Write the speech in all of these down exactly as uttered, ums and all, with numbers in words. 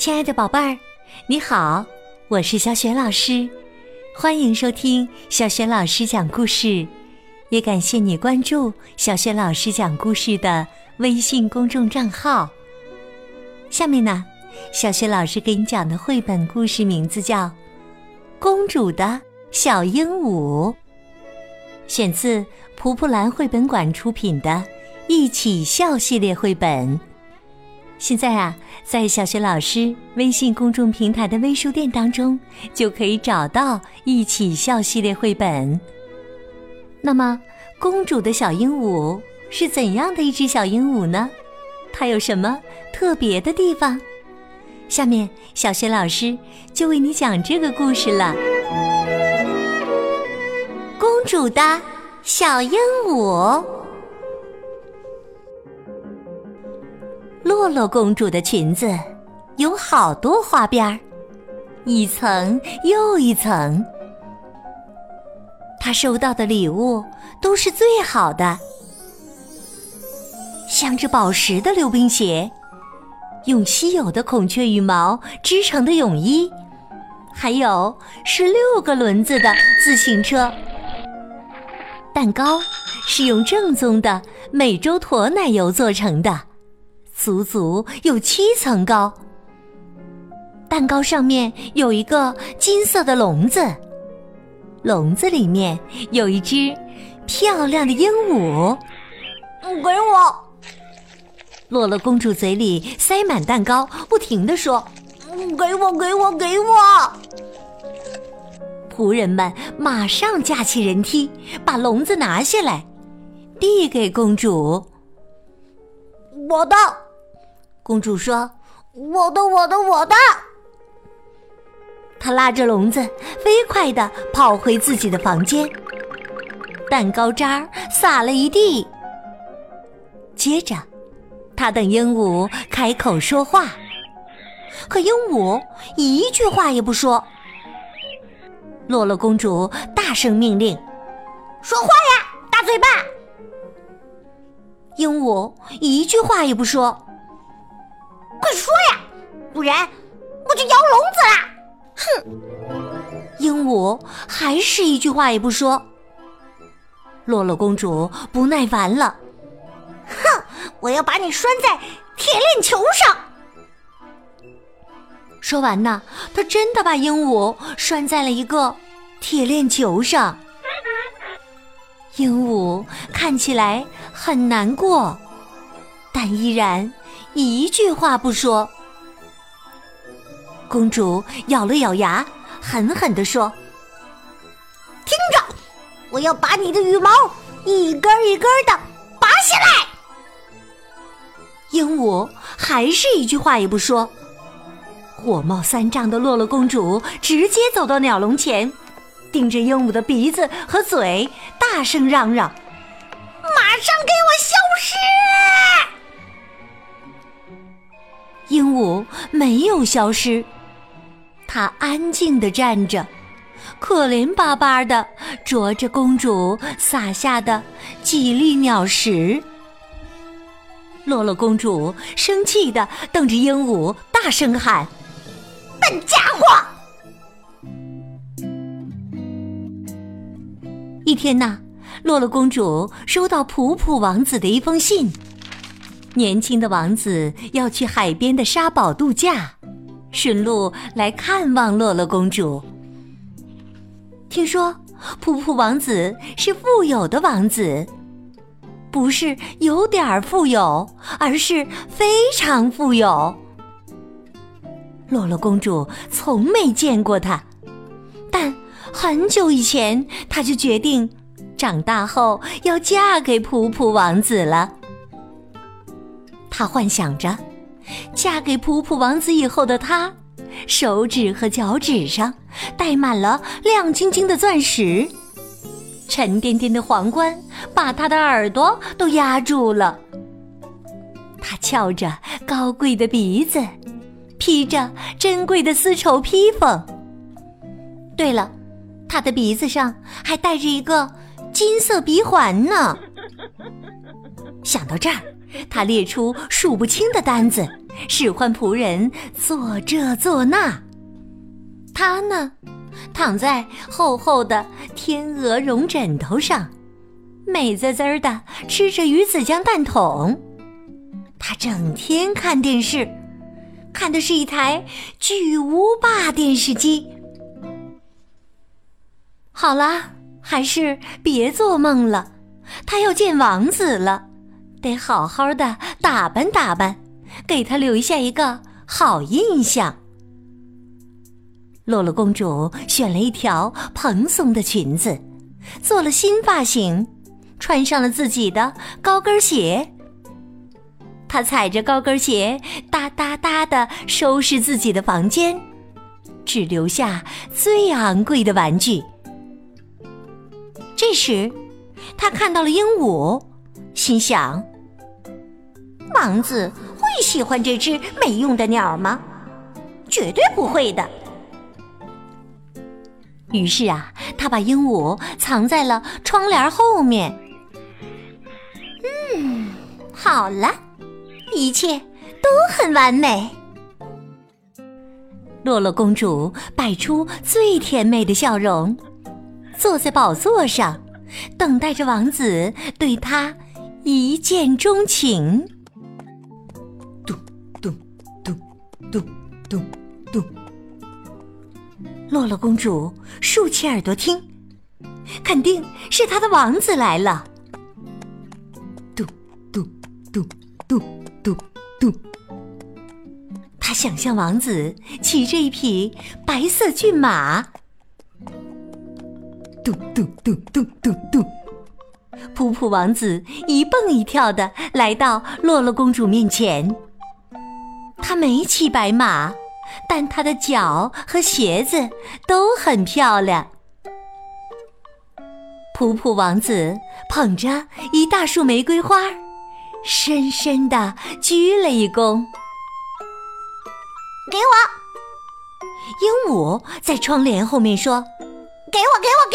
亲爱的宝贝儿，你好，我是小雪老师，欢迎收听小雪老师讲故事，也感谢你关注小雪老师讲故事的微信公众账号。下面呢，小雪老师给你讲的绘本故事名字叫《公主的小鹦鹉》，选自蒲蒲兰绘本馆出品的一起笑系列绘本。现在啊，在小雪老师微信公众平台的微书店当中，就可以找到一起笑系列绘本。那么，公主的小鹦鹉是怎样的一只小鹦鹉呢？它有什么特别的地方？下面小雪老师就为你讲这个故事了。公主的小鹦鹉。洛洛公主的裙子有好多花边，一层又一层。她收到的礼物都是最好的，镶着宝石的溜冰鞋，用稀有的孔雀羽毛织成的泳衣，还有是六个轮子的自行车。蛋糕是用正宗的美洲驼奶油做成的，足足有七层高。蛋糕上面有一个金色的笼子，笼子里面有一只漂亮的鹦鹉。 给我！ 洛洛公主嘴里塞满蛋糕，不停地说： 给我，给我，给我！ 仆人们马上架起人梯，把笼子拿下来，递给公主。 我的！ 公主说： 我的，我的，我的！ 她拉着笼子飞快地跑回自己的房间，蛋糕渣洒了一地。接着她等鹦鹉开口说话，可鹦鹉一句话也不说。洛洛公主大声命令： 说话呀，大嘴巴！ 鹦鹉一句话也不说。 快说呀，不然我就咬笼子啦！ 哼！鹦鹉还是一句话也不说。洛洛公主不耐烦了： 哼，我要把你拴在铁链球上！ 说完呢，她真的把鹦鹉拴在了一个铁链球上。鹦鹉看起来很难过，但依然一句话不说。公主咬了咬牙，狠狠地说： 听着，我要把你的羽毛一根一根的拔下来！ 鹦鹉还是一句话也不说。火冒三丈的洛洛公主直接走到鸟笼前，盯着鹦鹉的鼻子和嘴，大声嚷嚷： 马上给我消失！ 鹦鹉没有消失，它安静地站着，可怜巴巴地啄着公主撒下的几粒鸟食。洛洛公主生气地瞪着鹦鹉，大声喊： 笨家伙！ 一天呐，洛洛公主收到普普王子的一封信。年轻的王子要去海边的沙堡度假，顺路来看望洛洛公主。听说普普王子是富有的王子，不是有点富有，而是非常富有。洛洛公主从没见过他，但很久以前她就决定长大后要嫁给普普王子了。她幻想着嫁给普普王子以后的她，手指和脚趾上戴满了亮晶晶的钻石，沉甸甸的皇冠把她的耳朵都压住了。她翘着高贵的鼻子，披着珍贵的丝绸披风。对了，她的鼻子上还戴着一个金色鼻环呢。想到这儿，她列出数不清的单子， 使唤仆人做这做那。他呢，躺在厚厚的天鹅绒枕头上，美滋滋的吃着鱼子酱蛋筒。他整天看电视，看的是一台巨无霸电视机。好了，还是别做梦了，他要见王子了，得好好的打扮打扮，给他留下一个好印象。洛洛公主选了一条蓬松的裙子，做了新发型，穿上了自己的高跟鞋。她踩着高跟鞋哒哒哒地收拾自己的房间，只留下最昂贵的玩具。这时她看到了鹦鹉，心想，王子会喜欢这只没用的鸟吗？绝对不会的。于是啊，他把鹦鹉藏在了窗帘后面。嗯，好了，一切都很完美。洛洛公主摆出最甜美的笑容，坐在宝座上，等待着王子对她一见钟情。咚咚咚咚咚咚。洛洛公主竖起耳朵听，肯定是她的王子来了。嘟嘟嘟嘟嘟嘟。她想象王子骑着一匹白色骏马。嘟嘟嘟嘟嘟嘟。噗噗王子一蹦一跳地来到洛洛公主面前。他没骑白马，但他的脚和鞋子都很漂亮。噗噗王子捧着一大束玫瑰花，深深地鞠了一躬。 给我！ 鹦鹉在窗帘后面说： 给我，给我，给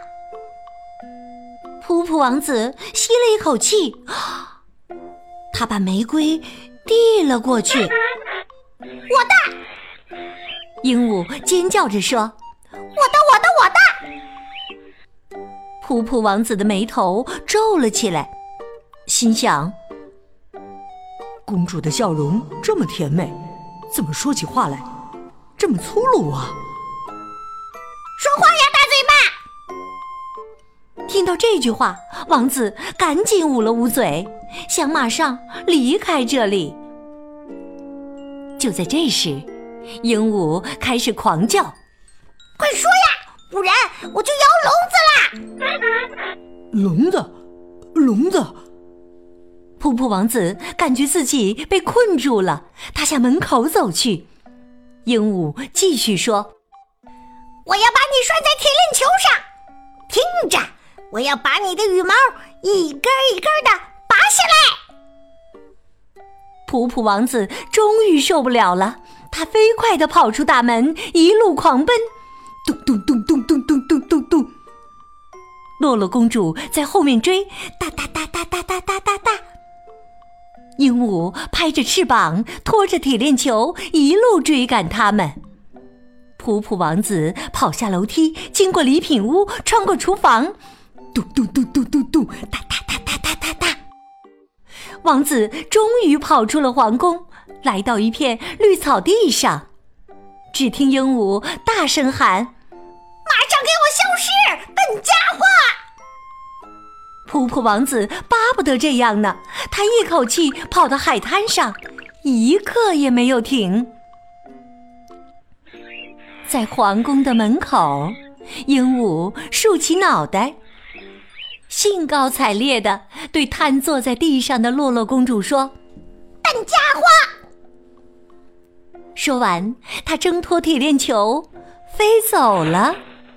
我！噗噗王子吸了一口气，他把玫瑰递了过去。 我的！ 鹦鹉尖叫着说： 我的，我的，我的！ 噗噗王子的眉头皱了起来，心想，公主的笑容这么甜美，怎么说起话来这么粗鲁啊？ 说话呀，大嘴巴！听到这句话，王子赶紧捂了捂嘴，想马上离开这里。就在这时，鹦鹉开始狂叫： 快说呀，不然我就摇笼子啦！ 笼子，笼子！噗噗王子感觉自己被困住了，他向门口走去。鹦鹉继续说： 我要把你拴在铁链球上，听着，我要把你的羽毛一根一根的拔下来。 噗噗王子终于受不了了，他飞快地跑出大门，一路狂奔。咚咚咚咚咚咚咚咚咚。洛洛公主在后面追，哒哒哒哒哒哒哒哒哒。鹦鹉拍着翅膀，拖着铁链球，一路追赶他们。噗噗王子跑下楼梯，经过礼品屋，穿过厨房，嘟嘟嘟嘟嘟嘟，哒哒哒哒哒哒哒。王子终于跑出了皇宫，来到一片绿草地上。只听鹦鹉大声喊： 马上给我消失，笨家伙！ 噗噗王子巴不得这样呢，他一口气跑到海滩上，一刻也没有停。在皇宫的门口，鹦鹉竖起脑袋，兴高采烈地对瘫坐在地上的洛洛公主说： 笨家伙！ 说完，他挣脱铁链球飞走了。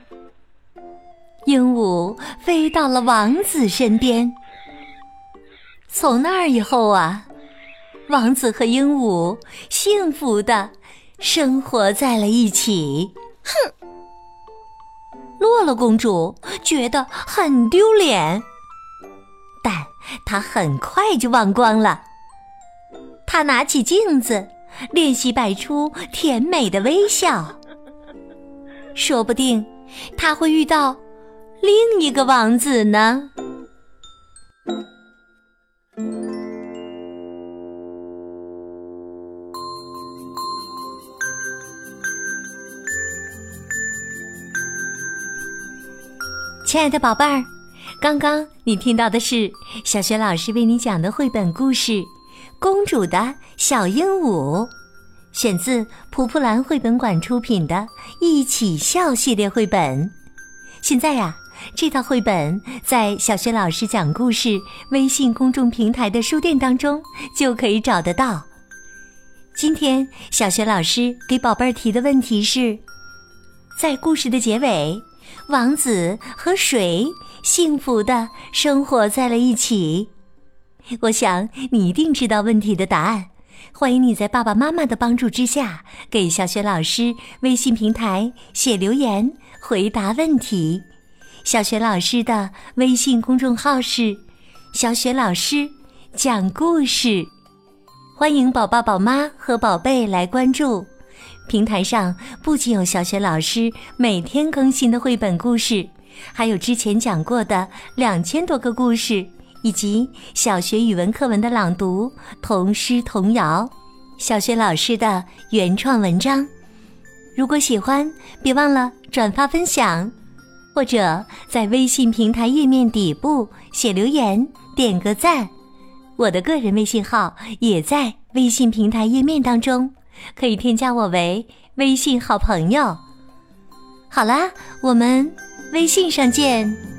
鹦鹉飞到了王子身边。从那儿以后啊，王子和鹦鹉幸福地生活在了一起。 哼！ 洛洛公主觉得很丢脸，但她很快就忘光了。她他拿起镜子，练习摆出甜美的微笑。说不定他会遇到另一个王子呢。亲爱的宝贝儿，刚刚你听到的是小雪老师为你讲的绘本故事《公主的小鹦鹉》，选自蒲蒲兰绘本馆出品的《一起笑》系列绘本。现在呀，这套绘本在小雪老师讲故事微信公众平台的书店当中就可以找得到。今天小雪老师给宝贝儿提的问题是，在故事的结尾，王子和谁幸福地生活在了一起？我想你一定知道问题的答案，欢迎你在爸爸妈妈的帮助之下，给小雪老师微信平台写留言回答问题。小雪老师的微信公众号是小雪老师讲故事，欢迎宝爸宝妈和宝贝来关注。平台上不仅有小雪老师每天更新的绘本故事，还有之前讲过的两千多个故事，以及小学语文课文的朗读、童诗童谣，小雪老师的原创文章。如果喜欢，别忘了转发分享，或者在微信平台页面底部写留言点个赞。我的个人微信号也在微信平台页面当中，可以添加我为微信好朋友。好啦，我们微信上见。